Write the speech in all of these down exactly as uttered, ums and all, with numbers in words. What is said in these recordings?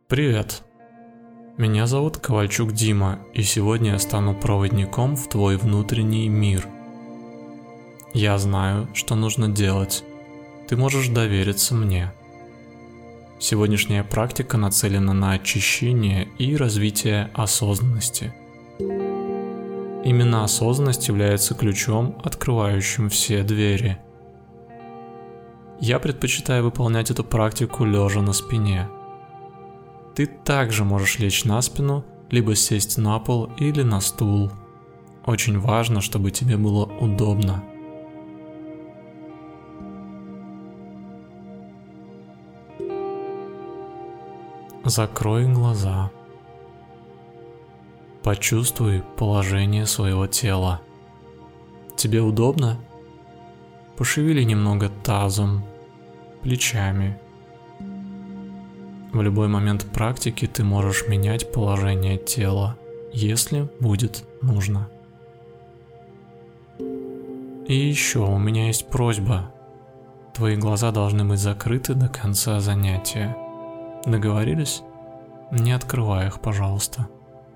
Привет. Меня зовут Ковальчук Дима, и сегодня я стану проводником в твой внутренний мир. Я знаю, что нужно делать. Ты можешь довериться мне. Сегодняшняя практика нацелена на очищение и развитие осознанности. Именно осознанность является ключом, открывающим все двери. Я предпочитаю выполнять эту практику лежа на спине. Ты также можешь лечь на спину, либо сесть на пол или на стул. Очень важно, чтобы тебе было удобно. Закрой глаза. Почувствуй положение своего тела. Тебе удобно? Пошевели немного тазом, плечами. В любой момент практики ты можешь менять положение тела, если будет нужно. И еще у меня есть просьба. Твои глаза должны быть закрыты до конца занятия. Договорились? Не открывай их, пожалуйста.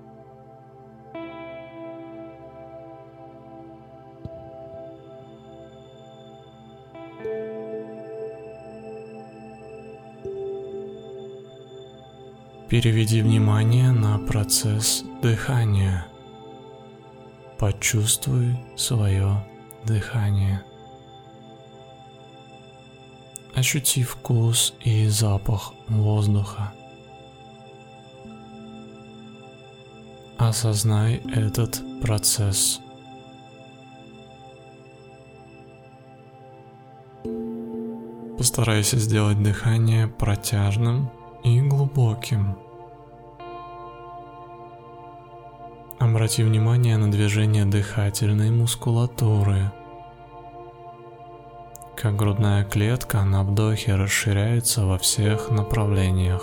Переведи внимание на процесс дыхания. Почувствуй свое дыхание. Ощути вкус и запах воздуха. Осознай этот процесс. Постарайся сделать дыхание протяжным и глубоким. Обрати внимание на движение дыхательной мускулатуры. Как грудная клетка на вдохе расширяется во всех направлениях.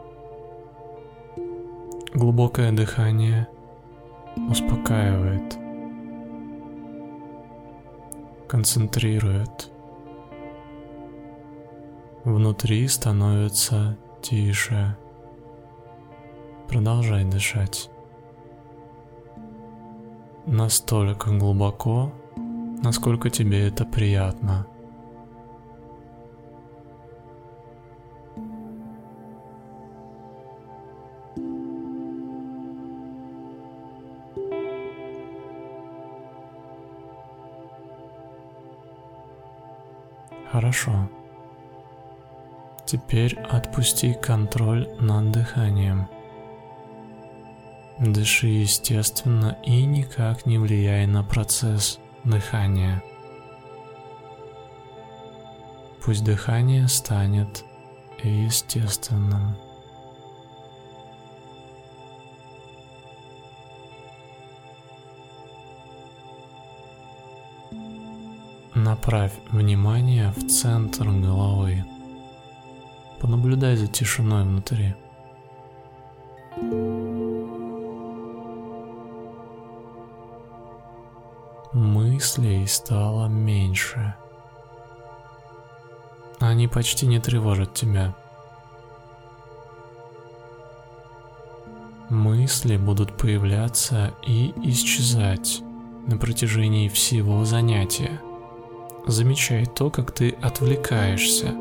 Глубокое дыхание успокаивает, концентрирует. Внутри становится тише. Продолжай дышать. Настолько глубоко, насколько тебе это приятно. Хорошо. Теперь отпусти контроль над дыханием. Дыши естественно и никак не влияй на процесс дыхания. Пусть дыхание станет естественным. Направь внимание в центр головы. Понаблюдай за тишиной внутри. Мыслей стало меньше. Они почти не тревожат тебя. Мысли будут появляться и исчезать на протяжении всего занятия. Замечай то, как ты отвлекаешься.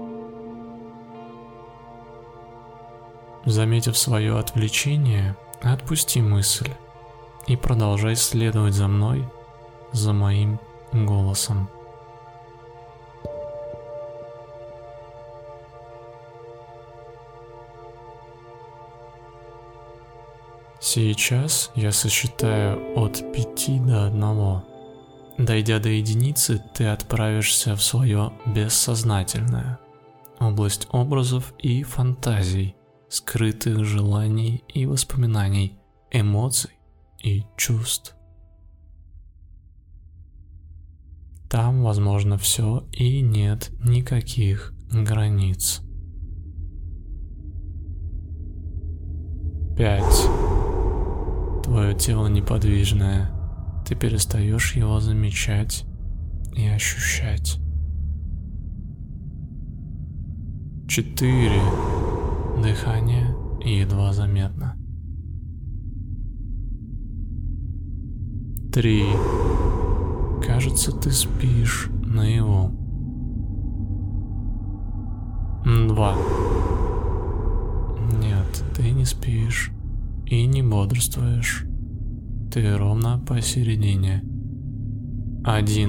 Заметив свое отвлечение, отпусти мысль и продолжай следовать за мной, за моим голосом. Сейчас я сосчитаю от пяти до одного. Дойдя до единицы, ты отправишься в свое бессознательное, область образов и фантазий, скрытых желаний и воспоминаний, эмоций и чувств. Там возможно все и нет никаких границ. Пять. Твое тело неподвижное. Ты перестаешь его замечать и ощущать. Четыре. Дыхание и едва заметно. Три. Кажется, ты спишь наяву. Два. Нет, ты не спишь и не бодрствуешь. Ты ровно посередине. Один.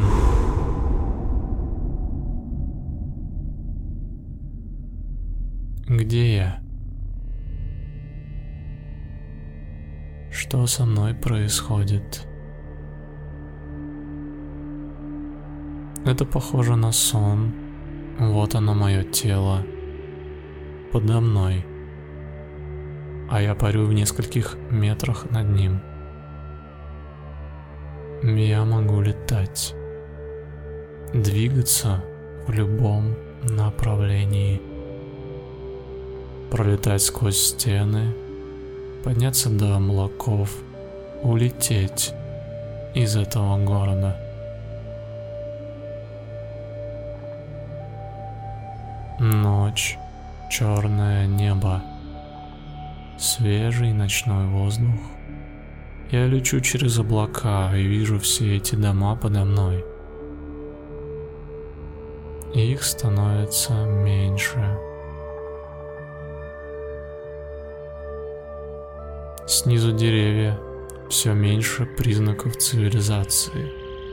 Где я? Что со мной происходит? Это похоже на сон. Вот оно, мое тело. Подо мной. А я парю в нескольких метрах над ним. Я могу летать. Двигаться в любом направлении. Пролетать сквозь стены. Подняться до облаков. Улететь из этого города. Ночь. Черное небо. Свежий ночной воздух. Я лечу через облака и вижу все эти дома подо мной. Их становится меньше. Снизу деревья, все меньше признаков цивилизации.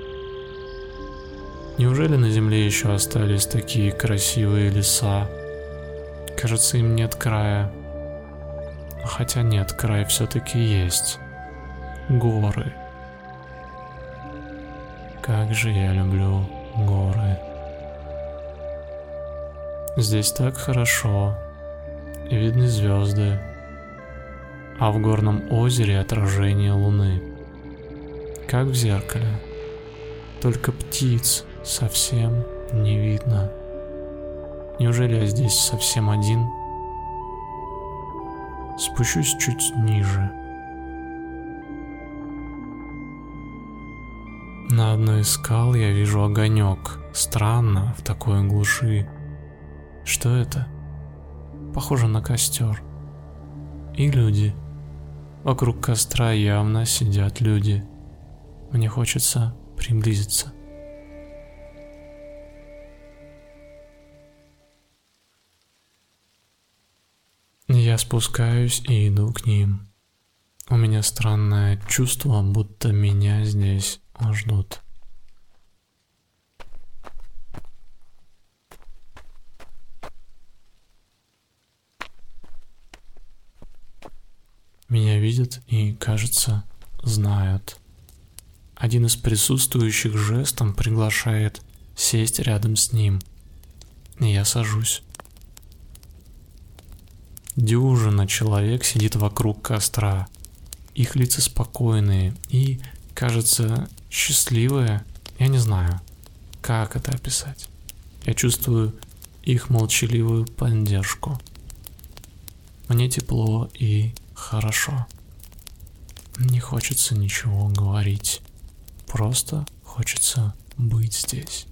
Неужели на земле еще остались такие красивые леса? Кажется, им нет края. Хотя нет, край все-таки есть. Горы. Как же я люблю горы. Здесь так хорошо. Видны звезды. А в горном озере отражение луны. Как в зеркале. Только птиц совсем не видно. Неужели я здесь совсем один? Спущусь чуть ниже. На одной из скал я вижу огонек. Странно, в такой глуши. Что это? Похоже на костер. И люди. Вокруг костра явно сидят люди. Мне хочется приблизиться. Я спускаюсь и иду к ним. У меня странное чувство, будто меня здесь ждут. Меня видят и, кажется, знают. Один из присутствующих жестом приглашает сесть рядом с ним. И я сажусь. Дюжина человек сидит вокруг костра. Их лица спокойные и, кажется, счастливые. Я не знаю, как это описать. Я чувствую их молчаливую поддержку. Мне тепло и хорошо. Не хочется ничего говорить. Просто хочется быть здесь.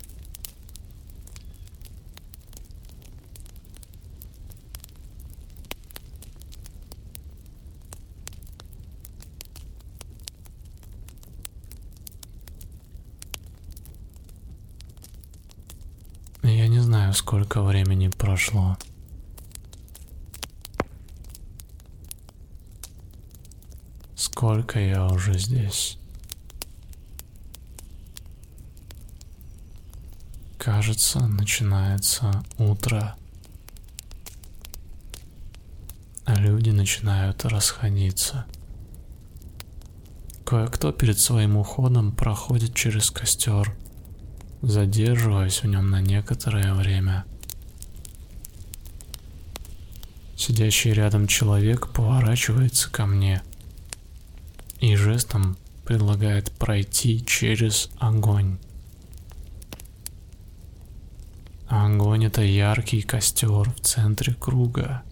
Я не знаю, сколько времени прошло. Сколько я уже здесь? Кажется, начинается утро. А люди начинают расходиться. Кое-кто перед своим уходом проходит через костер, задерживаясь в нем на некоторое время. Сидящий рядом человек поворачивается ко мне и жестом предлагает пройти через огонь. Огонь — это яркий костер в центре круга.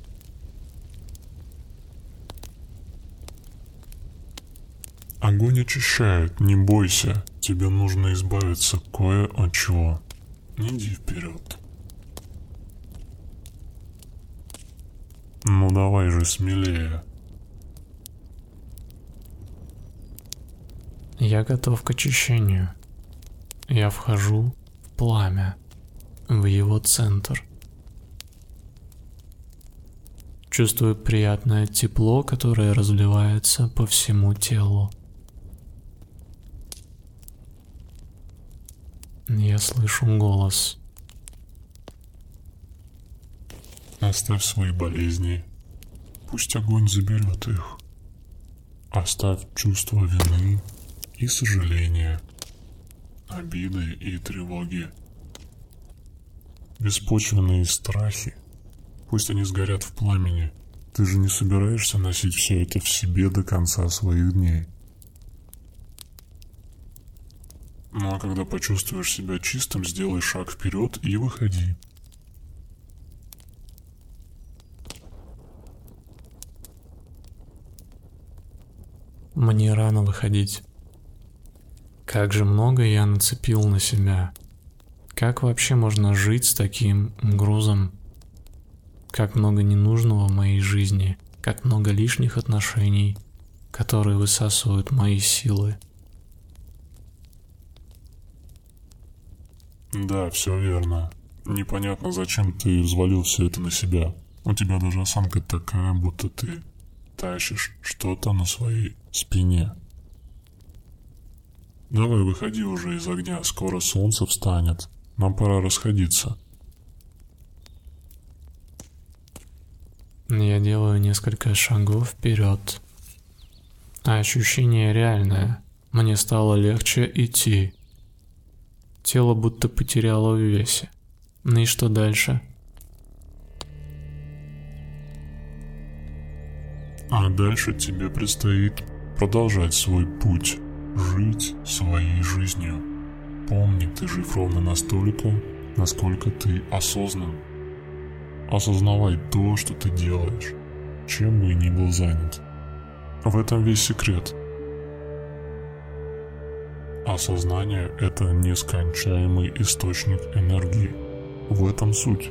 Огонь очищает, не бойся. Тебе нужно избавиться кое от чего. Иди вперед. Ну давай же смелее. Я готов к очищению. Я вхожу в пламя, в его центр. Чувствую приятное тепло, которое разливается по всему телу. Я слышу голос. Оставь свои болезни. Пусть огонь заберет их. Оставь чувство вины и сожаления, обиды и тревоги, беспочвенные страхи. Пусть они сгорят в пламени. Ты же не собираешься носить все это в себе до конца своих дней. Ну а когда почувствуешь себя чистым, сделай шаг вперед и выходи. Мне рано выходить. Как же много я нацепил на себя. Как вообще можно жить с таким грузом? Как много ненужного в моей жизни, как много лишних отношений, которые высасывают мои силы. Да, все верно. Непонятно, зачем ты взвалил все это на себя. У тебя даже осанка такая, будто ты тащишь что-то на своей спине. Давай выходи уже из огня, скоро солнце встанет. Нам пора расходиться. Я делаю несколько шагов вперед. А ощущение реальное. Мне стало легче идти. Тело будто потеряло в весе. Ну и что дальше? А дальше тебе предстоит продолжать свой путь, жить своей жизнью. Помни, ты жив ровно настолько, насколько ты осознан. Осознавай то, что ты делаешь, чем бы ни был занят. В этом весь секрет. Осознание – это нескончаемый источник энергии. В этом суть.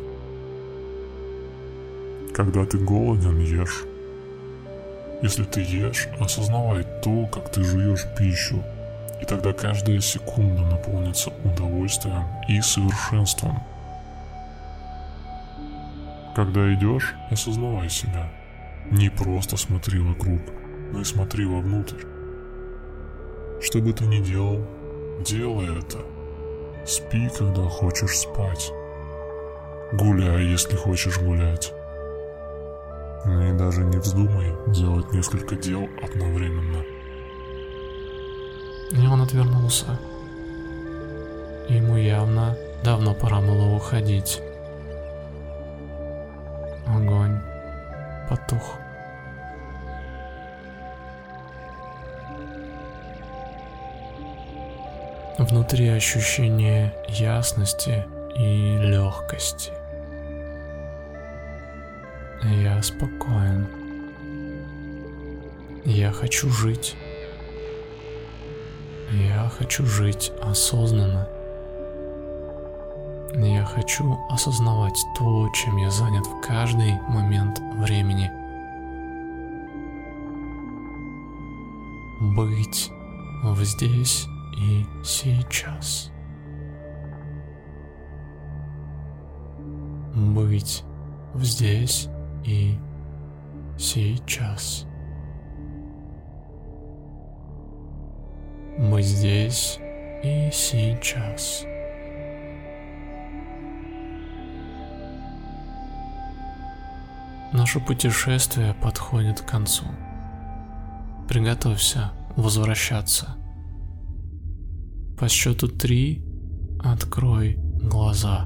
Когда ты голоден, ешь. Если ты ешь, осознавай то, как ты жуешь пищу, и тогда каждая секунда наполнится удовольствием и совершенством. Когда идешь, осознавай себя. Не просто смотри вокруг, но и смотри вовнутрь. Что бы ты ни делал, делай это. Спи, когда хочешь спать. Гуляй, если хочешь гулять. И даже не вздумай делать несколько дел одновременно. И он отвернулся. Ему явно давно пора было уходить. Огонь потух. Внутри ощущение ясности и легкости. Я спокоен. Я хочу жить. Я хочу жить осознанно. Я хочу осознавать то, чем я занят в каждый момент времени. Быть в здесь и сейчас. Быть в здесь и сейчас. Быть здесь и сейчас. Наше путешествие подходит к концу. Приготовься возвращаться. По счету три открой глаза.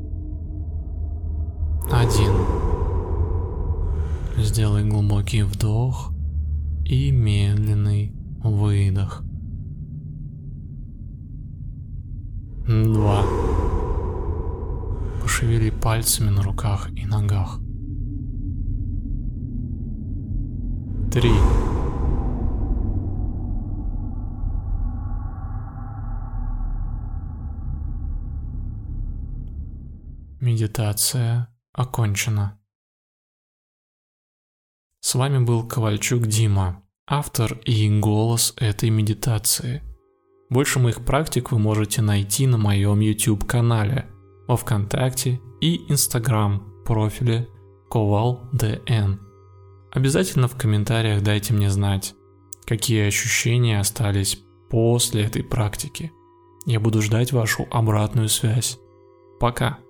Один. Сделай глубокий вдох и медленный выдох. Два. Пошевели пальцами на руках и ногах. Три. Медитация окончена. С вами был Ковальчук Дима, автор и голос этой медитации. Больше моих практик вы можете найти на моем YouTube-канале, во ВКонтакте и Instagram профиле ковалдн. Обязательно в комментариях дайте мне знать, какие ощущения остались после этой практики. Я буду ждать вашу обратную связь. Пока!